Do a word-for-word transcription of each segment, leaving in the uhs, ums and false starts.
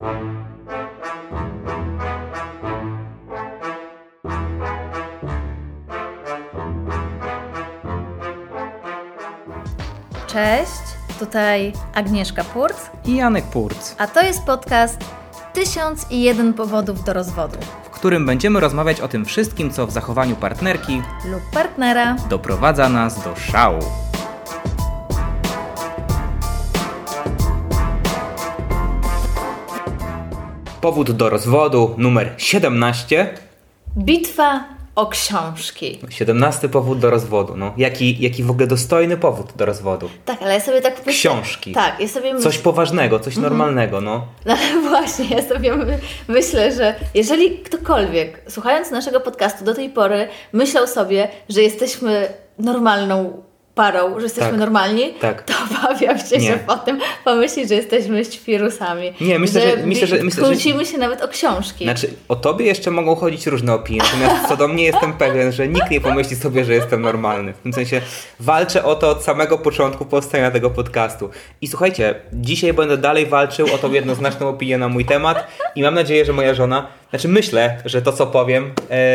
Cześć, tutaj Agnieszka Purc i Janek Purc, a to jest podcast tysiąc i jeden powodów do rozwodu, w którym będziemy rozmawiać o tym wszystkim, co w zachowaniu partnerki lub partnera doprowadza nas do szału. Powód do rozwodu numer siedemnaście. Bitwa o książki. siedemnasty powód do rozwodu. No. Jaki, jaki w ogóle dostojny powód do rozwodu. Tak, ale ja sobie tak myślę... Książki. Tak, ja sobie myślę... Coś poważnego, coś mhm. normalnego, no. No ale właśnie, ja sobie my, myślę, że jeżeli ktokolwiek, słuchając naszego podcastu do tej pory, myślał sobie, że jesteśmy normalną parą, że jesteśmy tak. normalni, tak. to obawiam się, Nie. że potem pomyśli, że jesteśmy świrusami. Nie, myślę, że... że, myślę, że myślę, kłócimy się nawet o książki. Znaczy, o tobie jeszcze mogą chodzić różne opinie, natomiast co do mnie jestem pewien, że nikt nie pomyśli sobie, że jestem normalny. W tym sensie walczę o to od samego początku powstania tego podcastu. I słuchajcie, dzisiaj będę dalej walczył o tą jednoznaczną opinię na mój temat i mam nadzieję, że moja żona... Znaczy, myślę, że to, co powiem...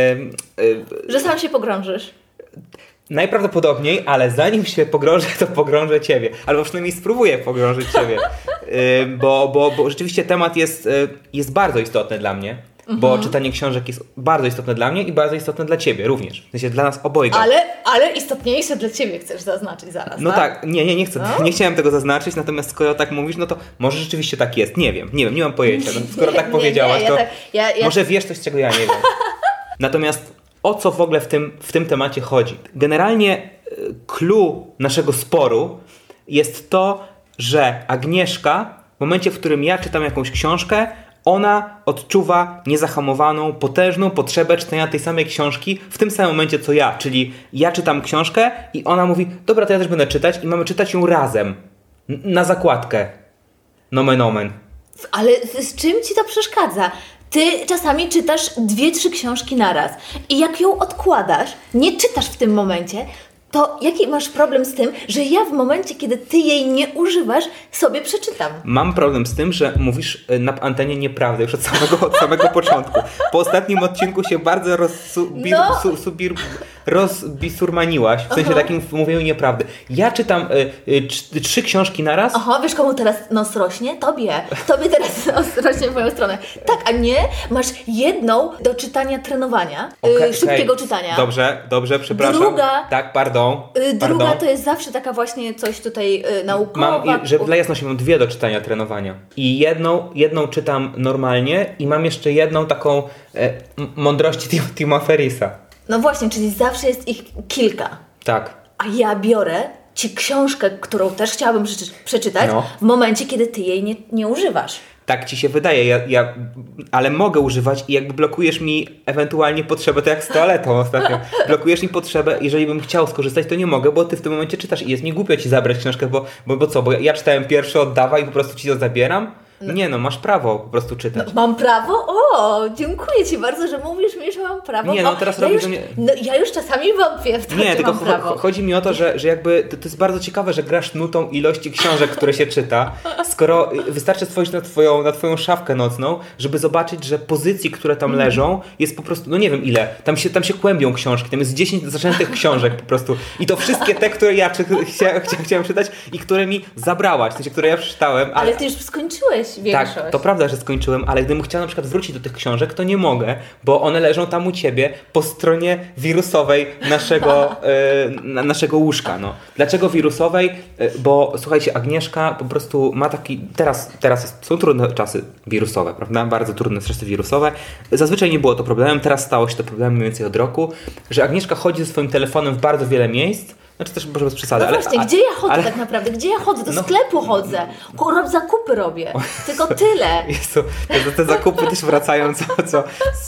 Yy, yy, że sam się pogrążysz. Najprawdopodobniej, ale zanim się pogrążę, to pogrążę Ciebie. Albo przynajmniej spróbuję pogrążyć Ciebie. Yy, bo, bo, bo rzeczywiście temat jest, yy, jest bardzo istotny dla mnie. Mhm. Bo czytanie książek jest bardzo istotne dla mnie i bardzo istotne dla Ciebie również. W sensie dla nas obojga. Ale, ale istotniejsze dla Ciebie chcesz zaznaczyć zaraz, No tak? tak, nie, nie, nie chcę. No? Nie chciałem tego zaznaczyć, natomiast skoro tak mówisz, no to może rzeczywiście tak jest. Nie wiem, nie wiem, nie mam pojęcia. No, skoro nie, tak nie, powiedziałaś, nie, ja to tak, ja, ja... może wiesz coś, czego ja nie wiem. Natomiast o co w ogóle w tym, w tym temacie chodzi? Generalnie clue naszego sporu jest to, że Agnieszka w momencie, w którym ja czytam jakąś książkę, ona odczuwa niezahamowaną, potężną potrzebę czytania tej samej książki w tym samym momencie co ja. Czyli ja czytam książkę i ona mówi, dobra, to ja też będę czytać i mamy czytać ją razem. N- na zakładkę. Nomen omen. Ale z czym ci to przeszkadza? Ty czasami czytasz dwie, trzy książki naraz i jak ją odkładasz, nie czytasz w tym momencie, to jaki masz problem z tym, że ja w momencie, kiedy ty jej nie używasz, sobie przeczytam? Mam problem z tym, że mówisz na antenie nieprawdę już od samego, od samego początku. Po ostatnim odcinku się bardzo rozsubir, no. su, subir, rozbisurmaniłaś, w sensie Aha. takim w mówieniu nieprawdy. Ja czytam y, y, tr- trzy książki naraz. Aha, wiesz komu teraz nos rośnie? Tobie. Tobie teraz nos rośnie w moją stronę. Tak, a nie, masz jedną do czytania trenowania, okay, y, szybkiego okay. czytania. Dobrze, dobrze, przepraszam. Druga. Tak, pardon. Y, druga pardon. to jest zawsze taka właśnie coś tutaj y, naukowa. Mam, żeby dla jasności, mam dwie do czytania trenowania. I jedną, jedną czytam normalnie i mam jeszcze jedną taką e, mądrości Tim, Tima Ferrisa. No właśnie, czyli zawsze jest ich kilka. Tak. A ja biorę ci książkę, którą też chciałabym przeczy- przeczytać no. w momencie, kiedy ty jej nie, nie używasz. Tak ci się wydaje, ja, ja, ale mogę używać i jakby blokujesz mi ewentualnie potrzebę, to jak z toaletą ostatnio. Blokujesz mi potrzebę, jeżeli bym chciał skorzystać, to nie mogę, bo ty w tym momencie czytasz i jest mi głupio ci zabrać książkę, bo, bo, bo co, bo ja, ja czytałem pierwszy, oddawaj i po prostu ci to zabieram? No. Nie no, masz prawo po prostu czytać. No, mam prawo? O, dziękuję ci bardzo, że mówisz mi, że mam prawo. Nie no, teraz ja robisz już, mnie... no, ja już czasami wątpię w to, Nie, że tylko mam prawo. Cho- chodzi mi o to, że, że jakby to, to jest bardzo ciekawe, że grasz nutą ilości książek, które się czyta, skoro wystarczy stworzyć na twoją, na twoją szafkę nocną, żeby zobaczyć, że pozycji, które tam mm. leżą, jest po prostu, no nie wiem ile, tam się, tam się kłębią książki, tam jest dziesięć zaczętych książek po prostu i to wszystkie te, które ja czy, chcia, chcia, chciałem czytać i które mi zabrałaś, w sensie, które ja przeczytałem. Ale, ale ty już skończyłeś większość. Tak, to prawda, że skończyłem, ale gdybym chciał na przykład wrócić do tych książek, to nie mogę, bo one leżą tam u ciebie po stronie wirusowej naszego, y, naszego łóżka. No. Dlaczego wirusowej? Y, bo słuchajcie, Agnieszka po prostu ma taki, teraz, teraz jest, są trudne czasy wirusowe, prawda? Bardzo trudne czasy wirusowe. Zazwyczaj nie było to problemem, teraz stało się to problemem mniej więcej od roku, że Agnieszka chodzi ze swoim telefonem w bardzo wiele miejsc. Znaczy też może bez przesady. No właśnie, ale, gdzie ja chodzę ale, tak naprawdę? Gdzie ja chodzę? Do no, sklepu chodzę. Rob zakupy robię. Tylko tyle. Jezu, te, te zakupy też wracają, co, co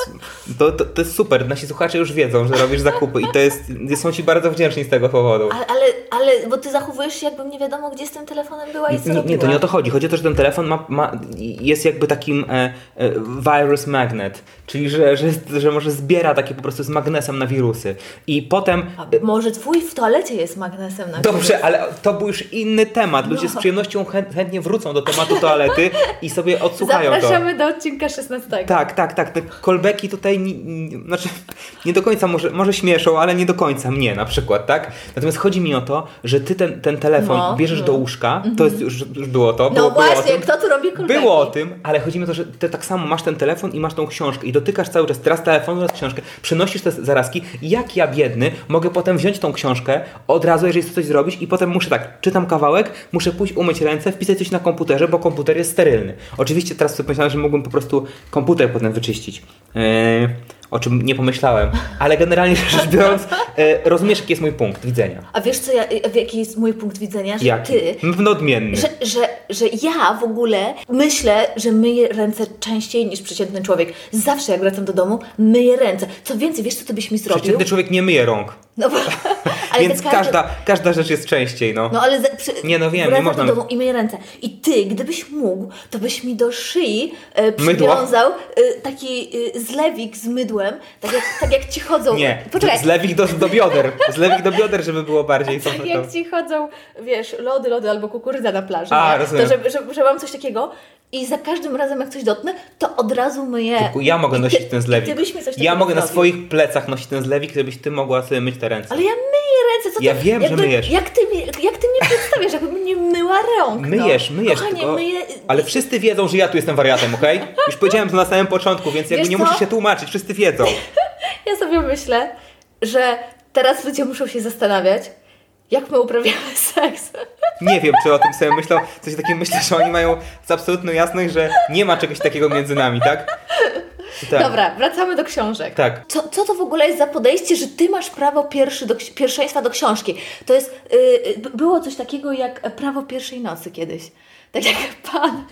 to, to, to jest super. Nasi słuchacze już wiedzą, że robisz zakupy i to jest, są ci bardzo wdzięczni z tego powodu. Ale, ale, ale bo ty zachowujesz się, jakbym nie wiadomo, gdzie z tym telefonem była i co nie, robiła. nie, to nie o to chodzi. Chodzi o to, że ten telefon ma, ma, jest jakby takim e, e, virus magnet, czyli że, że, że może zbiera takie po prostu z magnesem na wirusy. I potem... A może twój w toalecie jest magnesem na Dobrze, górze. ale to był już inny temat. Ludzie No. z przyjemnością chę- chętnie wrócą do tematu toalety i sobie odsłuchają to. Zapraszamy do odcinka szesnastego. Tak, tak, tak. Te callbacki tutaj, nie, nie, znaczy nie do końca, może, może śmieszą, ale nie do końca mnie na przykład, tak? Natomiast chodzi mi o to, że ty ten, ten telefon No, bierzesz no. do łóżka, to jest już, już było to. No Było, było o właśnie, tym. kto tu robi callbacki? Było o tym, ale chodzi mi o to, że ty tak samo masz ten telefon i masz tą książkę i dotykasz cały czas teraz telefonu, teraz książkę, przenosisz te zarazki. Jak ja biedny mogę potem wziąć tą książkę od razu, jeżeli chcę coś zrobić i potem muszę tak, czytam kawałek, muszę pójść umyć ręce, wpisać coś na komputerze, bo komputer jest sterylny. Oczywiście teraz sobie pomyślałem, że mógłbym po prostu komputer potem wyczyścić. Yy, o czym nie pomyślałem, ale generalnie rzecz biorąc, yy, rozumiesz, jaki jest mój punkt widzenia. A wiesz co, ja, jaki jest mój punkt widzenia? Że Jaki? ty... Na pewno odmienny. Że, że, że ja w ogóle myślę, że myję ręce częściej niż przeciętny człowiek. Zawsze jak wracam do domu, myję ręce. Co więcej, wiesz co ty byś mi zrobił? Przeciętny człowiek nie myje rąk. No bo, ale Więc te każda, każda rzecz jest częściej, no. No ale za, przy, Nie, no wiem, nie wracam można- do domu i myję ręce. I ty, gdybyś mógł, to byś mi do szyi e, przywiązał e, taki e, zlewik z mydłem, tak jak, tak jak ci chodzą... Nie, Poczekaj. zlewik do, do bioder. Zlewik do bioder, żeby było bardziej... To, Tak to, jak ci chodzą, wiesz, lody, lody albo kukurydza na plaży, A, nie? rozumiem. To, że, że, że mam coś takiego i za każdym razem jak coś dotknę, to od razu myję. Tylko ja mogę I nosić ty, ten zlewik. Ty byś mi coś Ja takiego mogę na zrobił. swoich plecach nosić ten zlewik, żebyś ty mogła sobie myć te ręce. Ale ja myję ręce, co ty... Ja wiem, że jakby, myjesz. Jak ty, mi- jak ty mnie przedstawiasz, jakbym nie myła rąk, Myjesz, no. myjesz, Kochanie, tylko... myję... Ale wszyscy wiedzą, że ja tu jestem wariatem, okej? Już powiedziałem to na samym początku, więc jakby Wiesz nie co? musisz się tłumaczyć, wszyscy wiedzą. Ja sobie myślę, że teraz ludzie muszą się zastanawiać, jak my uprawiamy seks. Nie wiem, czy o tym sobie myślą. Coś takiego myślę, że oni mają z absolutną jasność, że nie ma czegoś takiego między nami, tak? Tak. Dobra, wracamy do książek. Tak. Co, co to w ogóle jest za podejście, że ty masz prawo pierwszy do, ksi- pierwszeństwa do książki? To jest, yy, b- było coś takiego jak prawo pierwszej nocy kiedyś. Tak jak pan.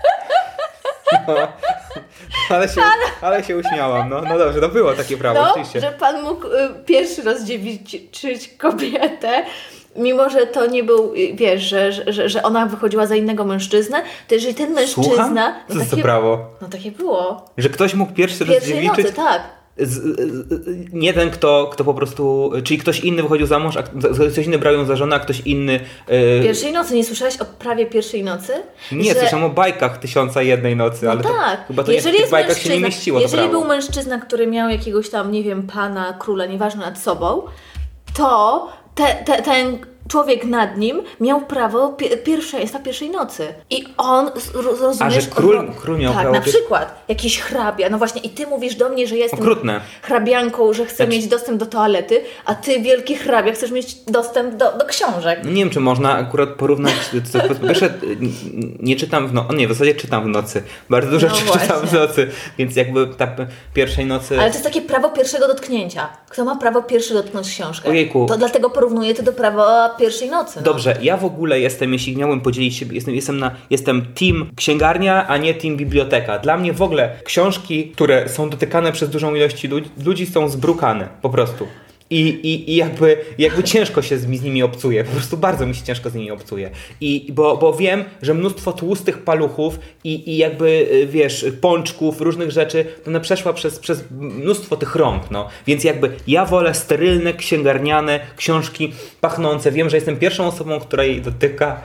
No. Ale, się, ale się uśmiałam, no. No dobrze, to było takie prawo, No, oczywiście. że pan mógł y, pierwszy raz dziewiczyć kobietę, mimo że to nie był, y, wiesz, że, że, że ona wychodziła za innego mężczyznę, to jeżeli ten mężczyzna... Słucham? No Co to za takie, ktoś no takie było. Że ktoś mógł pierwszy raz Pierwszej dziewiczyć? nocy, tak. Z, z, nie ten, kto, kto po prostu, czyli ktoś inny wychodził za mąż, a ktoś inny brał ją za żonę, a ktoś inny... Yy, Pierwszej nocy. Nie słyszałeś o prawie pierwszej nocy? nie, że... słyszałem o bajkach Tysiąca Jednej Nocy, No ale to, tak. chyba to jeżeli nie, w tych jest bajkach mężczyzna, się nie mieściło to jeżeli prawo. był mężczyzna, który miał jakiegoś tam, nie wiem, pana, króla, nieważne nad sobą, to te, te, ten człowiek nad nim miał prawo pie, pierwszeństwa pierwszej nocy. I on, ro- rozumiesz... A, że król- on- król miał tak, prawo na pier- przykład. Jakiś hrabia. No właśnie i ty mówisz do mnie, że jestem Okrutne. hrabianką, że chcę Znaczy- mieć dostęp do toalety, a ty, wielki hrabia, chcesz mieć dostęp do, do książek. No nie wiem, czy można akurat porównać, co, po pierwsze nie czytam w nocy, nie, w zasadzie czytam w nocy, bardzo dużo No rzeczy czytam w właśnie. nocy, więc jakby ta p- pierwszej nocy... Ale to jest takie prawo pierwszego dotknięcia. Kto ma prawo pierwszy dotknąć książkę? Ojejku. To dlatego porównuję to do prawa pierwszej nocy. No. Dobrze, ja w ogóle jestem, jeśli miałbym podzielić się, jestem, jestem, na, jestem team księgarnia, a nie team biblioteka. Dla mnie w ogóle książki, które są dotykane przez dużą ilość ludzi, ludzi są zbrukane, po prostu. I, i, i jakby, jakby ciężko się z, mi- z nimi obcuje, po prostu bardzo mi się ciężko z nimi obcuje. I, bo, bo wiem, że mnóstwo tłustych paluchów i, i jakby, y, wiesz, pączków, różnych rzeczy, to ona przeszła przez, przez mnóstwo tych rąk, no. Więc jakby ja wolę sterylne, księgarniane książki pachnące. Wiem, że jestem pierwszą osobą, która jej dotyka.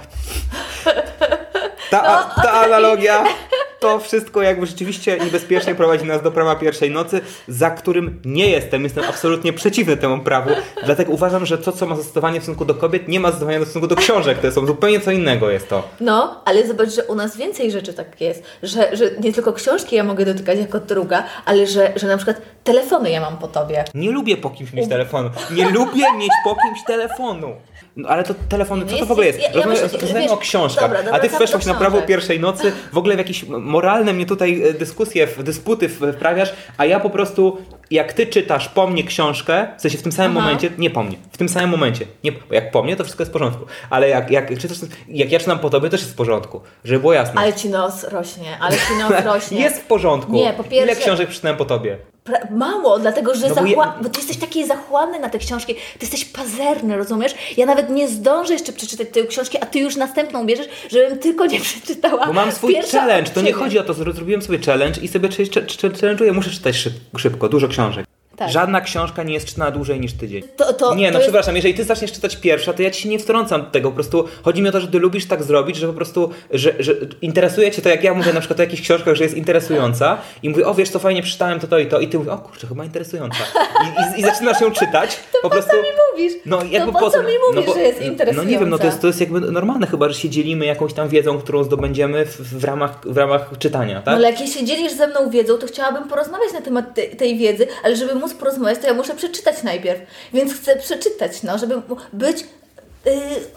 Ta, ta analogia, to wszystko jakby rzeczywiście niebezpiecznie prowadzi nas do prawa pierwszej nocy, za którym nie jestem. Jestem absolutnie przeciwny temu prawu. Dlatego uważam, że to, co ma zastosowanie w stosunku do kobiet, nie ma zastosowania w stosunku do książek. To są zupełnie co innego jest to. No, ale zobacz, że u nas więcej rzeczy tak jest, że, że nie tylko książki ja mogę dotykać jako druga, ale że, że na przykład telefony ja mam po tobie. Nie lubię po kimś mieć telefonu. Nie lubię mieć po kimś telefonu. No, ale to telefony, co to jest- w ogóle jest? ja- ja Rozmawiamy myślę, rozmawiamy wiesz, o książkach, dobra, dobra, a ty wracamy weszłaś do na prawo książek. pierwszej nocy, w ogóle w jakieś moralne mnie tutaj e, dyskusje, w- dysputy wprawiasz, a ja po prostu, jak ty czytasz po mnie książkę, w sensie w tym samym Aha. momencie, nie po mnie, w tym samym momencie, nie, bo jak po mnie, to wszystko jest w porządku, ale jak, jak, czytasz, jak ja czytam po tobie, też jest w porządku, żeby było jasne. Ale ci nos rośnie, ale ci nos rośnie. Jest w porządku. Nie, po pierwsze- Ile książek przeczytałem po tobie? Pra- Mało, dlatego że No bo zachła- je- bo ty jesteś taki zachłanny na te książki, ty jesteś pazerny, rozumiesz? Ja nawet nie zdążę jeszcze przeczytać tej książki, a ty już następną bierzesz, żebym tylko nie przeczytała. Bo mam swój pierwsza challenge, od to nie ciebie. chodzi o to, zro- zrobiłem sobie challenge i sobie ch- ch- ch- challenge'uję, muszę czytać szyb- szybko, dużo książek. Tak. Żadna książka nie jest czytana dłużej niż tydzień. To, to, nie, no to jest... przepraszam, jeżeli ty zaczniesz czytać pierwsza, to ja ci się nie wtrącam do tego. Po prostu chodzi mi o to, że ty lubisz tak zrobić, że po prostu, że, że interesuje cię to, jak ja mówię na przykład o jakichś książkach, że jest interesująca i mówię, o wiesz co, fajnie przeczytałem to, to i to i ty mówisz, o kurczę, chyba interesująca. I, i, i zaczynasz ją czytać. To po, po prostu, co mi mówisz? No, jakby to po, po co mi mówisz, no bo, że jest interesująca? No nie wiem, no to jest, to jest jakby normalne chyba, że się dzielimy jakąś tam wiedzą, którą zdobędziemy w, w, ramach, w ramach czytania, tak? No ale jak się dzielisz ze mną wiedzą, to chciałabym porozmawiać na temat te, tej wiedzy, ale żeby móc porozmawiać, to ja muszę przeczytać najpierw. Więc chcę przeczytać, no, żeby być yy,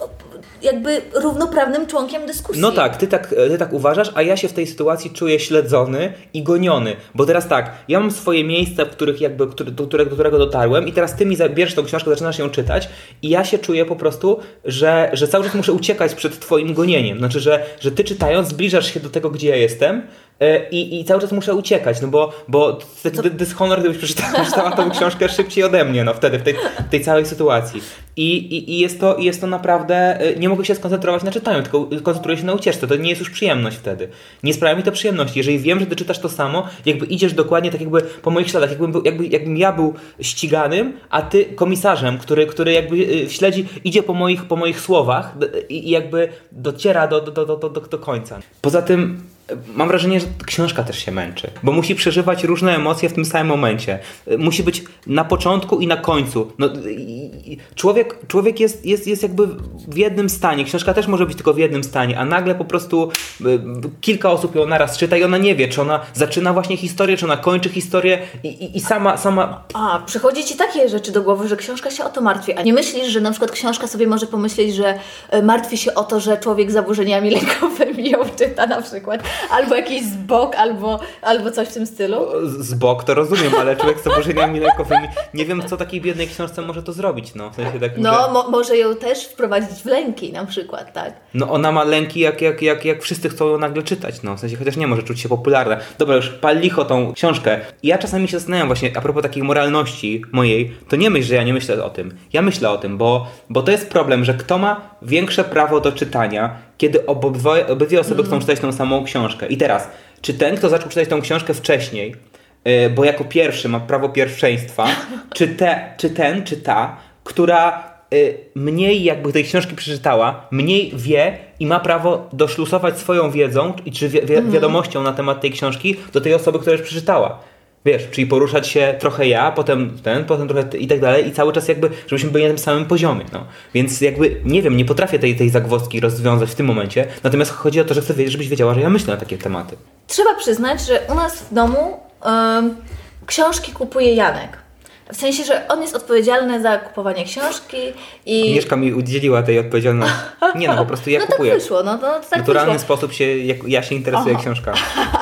jakby równoprawnym członkiem dyskusji. No tak, ty tak, ty tak uważasz, a ja się w tej sytuacji czuję śledzony i goniony. Bo teraz tak, ja mam swoje miejsca, w których jakby, który, do, którego, do którego dotarłem i teraz ty mi zabierzesz tą książkę, zaczynasz ją czytać i ja się czuję po prostu, że, że cały czas muszę uciekać przed twoim gonieniem. Znaczy, że, że ty czytając zbliżasz się do tego, gdzie ja jestem, I, i cały czas muszę uciekać, no bo, bo taki dyshonor, gdybyś przeczytała, przeczytała tą książkę szybciej ode mnie, no wtedy, w tej, w tej całej sytuacji. I, i, i jest, to, jest to naprawdę, nie mogę się skoncentrować na czytaniu, tylko koncentruję się na ucieczce, to nie jest już przyjemność wtedy. Nie sprawia mi to przyjemności, jeżeli wiem, że ty czytasz to samo, jakby idziesz dokładnie tak jakby po moich śladach, jakbym, był, jakby, jakbym ja był ściganym, a ty komisarzem, który, który jakby śledzi, idzie po moich, po moich słowach i jakby dociera do, do, do, do, do, do końca. Poza tym mam wrażenie, że książka też się męczy, bo musi przeżywać różne emocje w tym samym momencie. Musi być na początku i na końcu. No, i, i, człowiek człowiek jest, jest, jest jakby w jednym stanie. Książka też może być tylko w jednym stanie, a nagle po prostu y, kilka osób ją naraz czyta i ona nie wie, czy ona zaczyna właśnie historię, czy ona kończy historię i, i, i sama, sama... A, przychodzi ci takie rzeczy do głowy, że książka się o to martwi, a nie myślisz, że na przykład książka sobie może pomyśleć, że y, martwi się o to, że człowiek z zaburzeniami lękowymi ją czyta na przykład. Albo jakiś zbok, albo, albo coś w tym stylu. Zbok to rozumiem, ale człowiek z zaburzeniami lękowymi, nie wiem, co takiej biednej książce może to zrobić, no. W sensie takim, no, że... mo- może ją też wprowadzić w lęki na przykład, tak? No ona ma lęki, jak, jak, jak, jak wszyscy chcą ją nagle czytać, no. W sensie, chociaż nie może czuć się popularna. Dobra, już pal licho tą książkę. I ja czasami się zastanawiam właśnie, a propos takiej moralności mojej, to nie myśl, że ja nie myślę o tym. Ja myślę o tym, bo, bo to jest problem, że kto ma większe prawo do czytania, kiedy obydwie, obydwie osoby mm. chcą czytać tą samą książkę. I teraz, czy ten, kto zaczął czytać tą książkę wcześniej, yy, bo jako pierwszy ma prawo pierwszeństwa, czy, te, czy ten, czy ta, która yy, mniej jakby tej książki przeczytała, mniej wie i ma prawo doszlusować swoją wiedzą, czy wi- wi- wiadomością na temat tej książki do tej osoby, która już przeczytała. Wiesz, czyli poruszać się trochę ja, potem ten, potem trochę ty i tak dalej i cały czas jakby, żebyśmy byli na tym samym poziomie, no. Więc jakby, nie wiem, nie potrafię tej, tej zagwozdki rozwiązać w tym momencie, natomiast chodzi o to, że chcę wiedzieć, żebyś wiedziała, że ja myślę na takie tematy. Trzeba przyznać, że u nas w domu um, książki kupuje Janek. W sensie, że on jest odpowiedzialny za kupowanie książki i... Agnieszka mi udzieliła tej odpowiedzialności. Nie no, po prostu ja no kupuję. Tak wyszło, no to tak W naturalny wyszło. sposób się, jak ja się interesuję Aha. książkami.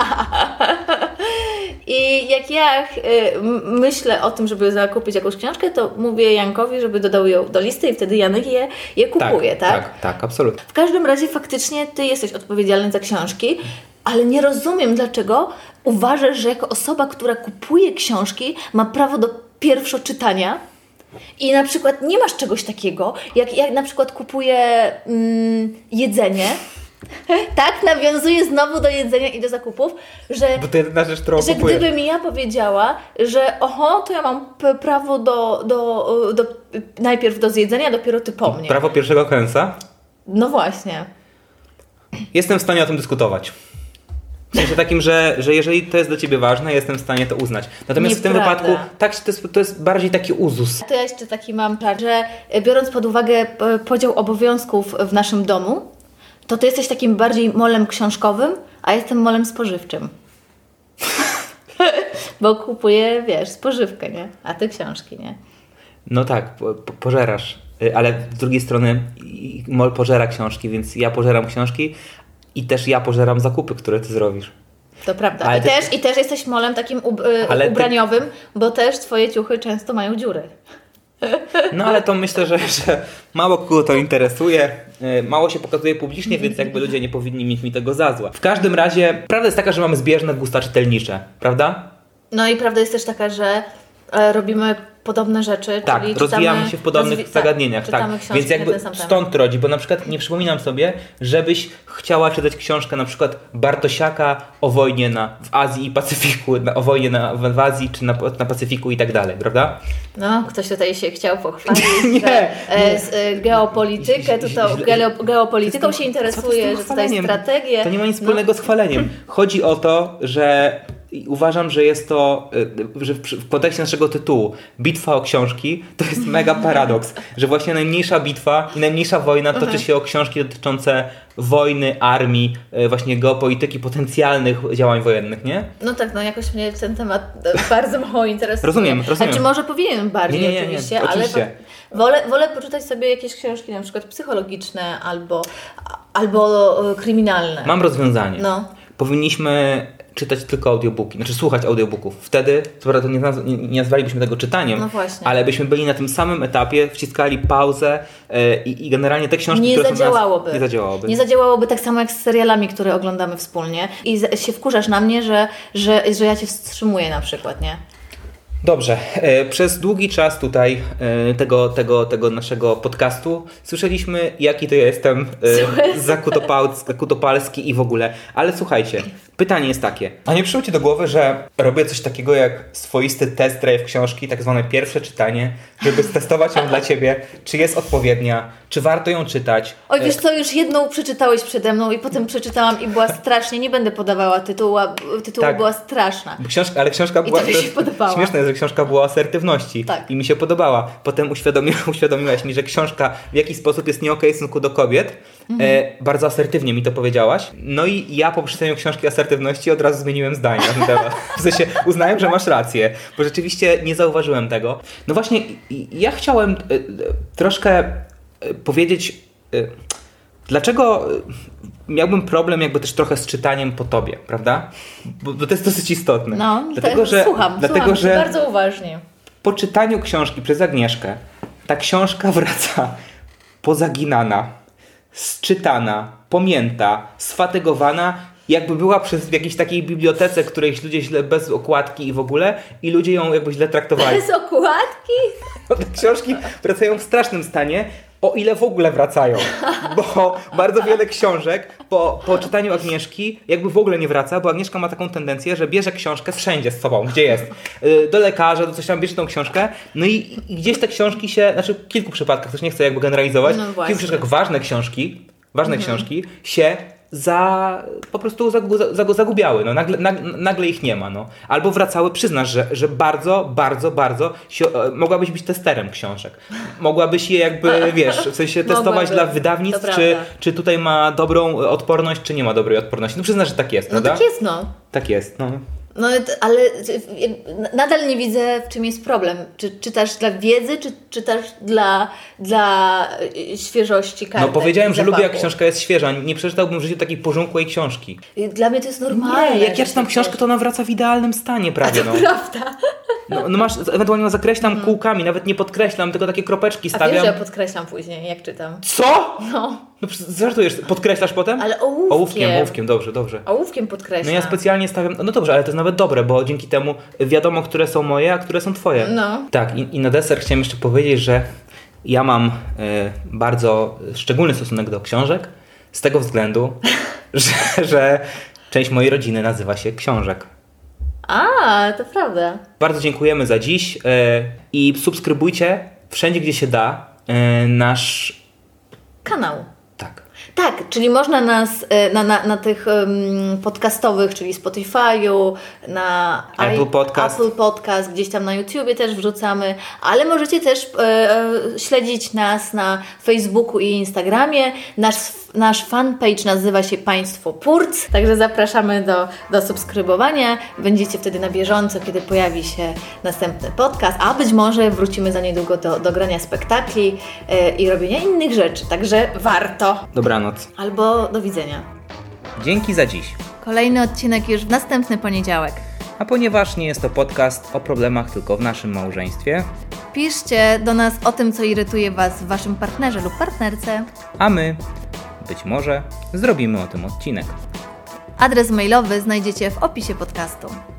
I jak ja y, myślę o tym, żeby zakupić jakąś książkę, to mówię Jankowi, żeby dodał ją do listy i wtedy Janek je, je kupuje, tak? Tak, tak, absolutnie. W każdym razie faktycznie ty jesteś odpowiedzialny za książki, ale nie rozumiem, dlaczego uważasz, że jako osoba, która kupuje książki, ma prawo do pierwszoczytania i na przykład nie masz czegoś takiego, jak ja na przykład kupuję mm, jedzenie. Tak, nawiązuję znowu do jedzenia i do zakupów, że, Bo to jedyna rzecz, którą że kupuję. gdybym ja powiedziała, że oho, to ja mam p- prawo do, do, do najpierw do zjedzenia, dopiero ty po mnie. Prawo pierwszego kęsa? No właśnie. Jestem w stanie o tym dyskutować. W sensie takim, że, że jeżeli to jest dla ciebie ważne, jestem w stanie to uznać. Natomiast Nieprawda. w tym wypadku tak, to, jest, to jest bardziej taki uzus. To ja jeszcze taki mam plan, że biorąc pod uwagę p- podział obowiązków w naszym domu, to ty jesteś takim bardziej molem książkowym, a jestem molem spożywczym. Bo kupuję, wiesz, spożywkę, nie? A ty książki, nie? No tak, po, po, pożerasz. Ale z drugiej strony i- mol pożera książki, więc ja pożeram książki i też ja pożeram zakupy, które ty zrobisz. To prawda. Ale I, ty- też, I też jesteś molem takim ub- y, Ale ty- ubraniowym, bo też twoje ciuchy często mają dziury. No ale to myślę, że, że mało kogo to interesuje, yy, mało się pokazuje publicznie, więc jakby ludzie nie powinni mieć mi tego za złe. W każdym razie, prawda jest taka, że mamy zbieżne gusta czytelnicze, prawda? No i prawda jest też taka, że e, robimy podobne rzeczy. Tak, czyli rozwijamy czytamy, się w podobnych rozwi- zagadnieniach. Tak, Tak. Więc jakby stąd rodzi, bo na przykład nie przypominam sobie, żebyś chciała czytać książkę na przykład Bartosiaka o wojnie na, w Azji i Pacyfiku, na, o wojnie na, w Azji czy na, na Pacyfiku i tak dalej, prawda? No, ktoś tutaj się chciał pochwalić, nie, że e, z, e, geopolitykę, to, to źle, geolo, geopolityką się co interesuje, że tutaj strategię. To nie ma nic wspólnego no. z chwaleniem. Chodzi o to, że uważam, że jest to, że w, w kontekście naszego tytułu Bitwa o książki, to jest mega paradoks, że właśnie najmniejsza bitwa i najmniejsza wojna toczy uh-huh. się o książki dotyczące wojny, armii, właśnie geopolityki, potencjalnych działań wojennych, nie? No tak, no jakoś mnie ten temat bardzo mało interesuje. Rozumiem, rozumiem. A czy może powinienem bardziej nie, nie, nie, oczywiście, nie, ale oczywiście. wolę, wolę poczytać sobie jakieś książki na przykład psychologiczne albo, albo kryminalne. Mam rozwiązanie. No. Powinniśmy czytać tylko audiobooki, znaczy słuchać audiobooków. Wtedy, co prawda nie, naz- nie, nie nazwalibyśmy tego czytaniem, no właśnie. ale byśmy byli na tym samym etapie, wciskali pauzę yy, i, i generalnie te książki, nie które zadziałałoby. są nas, nie zadziałałoby. Nie zadziałałoby tak samo jak z serialami, które oglądamy wspólnie i z- się wkurzasz na mnie, że, że, że ja Cię wstrzymuję na przykład, nie? Dobrze, e, przez długi czas tutaj e, tego, tego, tego naszego podcastu słyszeliśmy, jaki to ja jestem e, zakutopalski, zakutopalski i w ogóle. Ale słuchajcie, pytanie jest takie. A nie przyszło Ci do głowy, że robię coś takiego jak swoisty test drive książki, tak zwane pierwsze czytanie, żeby stestować ją dla Ciebie, czy jest odpowiednia, czy warto ją czytać. Oj, wiesz co, już jedną przeczytałeś przede mną i potem przeczytałam i była strasznie, nie będę podawała tytułu, tytułu Tak. była straszna. Książka, ale książka była... I to mi się podobała. Śmieszne jest, że książka była o asertywności tak. i mi się podobała. Potem uświadomi, uświadomiłaś mi, że książka w jakiś sposób jest nie okej w stosunku do kobiet. Mhm. E, bardzo asertywnie mi to powiedziałaś. No i ja po przeczytaniu książki asertywności od razu zmieniłem zdanie na ten temat. W sensie uznałem, że masz rację, bo rzeczywiście nie zauważyłem tego. No właśnie, ja chciałem e, troszkę e, powiedzieć, e, dlaczego miałbym problem jakby też trochę z czytaniem po tobie, prawda? Bo, bo to jest dosyć istotne. No, dlatego, tak, że, słucham, dlatego, słucham że bardzo uważnie. Po czytaniu książki przez Agnieszkę ta książka wraca pozaginana, sczytana, pomięta, sfatygowana, jakby była przez w jakiejś takiej bibliotece, której ludzie źle, bez okładki i w ogóle, i ludzie ją jakby źle traktowali. Bez okładki? No, te książki wracają w strasznym stanie, o ile w ogóle wracają, bo bardzo wiele książek po, po czytaniu Agnieszki jakby w ogóle nie wraca, bo Agnieszka ma taką tendencję, że bierze książkę wszędzie z sobą, gdzie jest, do lekarza, do coś tam, bierze tą książkę, no i, i gdzieś te książki się, znaczy w kilku przypadkach, też nie chcę jakby generalizować, no w kilku przypadkach ważne książki, ważne mhm. książki się za, po prostu zagu, za, zagubiały, no, nagle, nag, nagle ich nie ma, no. Albo wracały, przyznasz, że, że bardzo, bardzo, bardzo się, mogłabyś być testerem książek. Mogłabyś je jakby, wiesz, w sensie testować Mogłaby. dla wydawnictw, czy, czy tutaj ma dobrą odporność, czy nie ma dobrej odporności. No przyznasz, że tak jest, no prawda? No tak jest, no. Tak jest, no. No ale nadal nie widzę, w czym jest problem. Czy czytasz dla wiedzy, czy czytasz dla, dla świeżości kartek? No powiedziałem, że zapachu. lubię, jak książka jest świeża. Nie przeczytałbym w życiu takiej porządkłej książki. Dla mnie to jest normalne. Nie, jak ja czytam książkę, to ona wraca w idealnym stanie prawie. A to no. prawda. No, no masz, ewentualnie zakreślam mm. kółkami, nawet nie podkreślam, tylko takie kropeczki stawiam. A wiesz, że ja podkreślam później, jak czytam. Co? No. No żartujesz, podkreślasz potem? Ale ołówkiem. Ołówkiem, ołówkiem, dobrze, dobrze. Ołówkiem podkreślam. No ja specjalnie stawiam, no dobrze, ale to jest nawet dobre, bo dzięki temu wiadomo, które są moje, a które są twoje. No. Tak, i, i na deser chciałem jeszcze powiedzieć, że ja mam y, bardzo szczególny stosunek do książek, z tego względu, że, że część mojej rodziny nazywa się Książek. A, to prawda. Bardzo dziękujemy za dziś y, i subskrybujcie wszędzie, gdzie się da y, nasz kanał. Tak. Tak, czyli można nas na, na, na tych um, podcastowych, czyli Spotify'u, na Apple I, Podcast. Apple Podcast, gdzieś tam na YouTubie też wrzucamy, ale możecie też e, śledzić nas na Facebooku i Instagramie. Nasz, nasz fanpage nazywa się Państwo Purc, także zapraszamy do, do subskrybowania. Będziecie wtedy na bieżąco, kiedy pojawi się następny podcast, a być może wrócimy za niedługo do, do grania spektakli e, i robienia innych rzeczy, także warto. Dobranoc. Albo do widzenia. Dzięki za dziś. Kolejny odcinek już w następny poniedziałek. A ponieważ nie jest to podcast o problemach tylko w naszym małżeństwie, piszcie do nas o tym, co irytuje Was w Waszym partnerze lub partnerce. A my, być może, zrobimy o tym odcinek. Adres mailowy znajdziecie w opisie podcastu.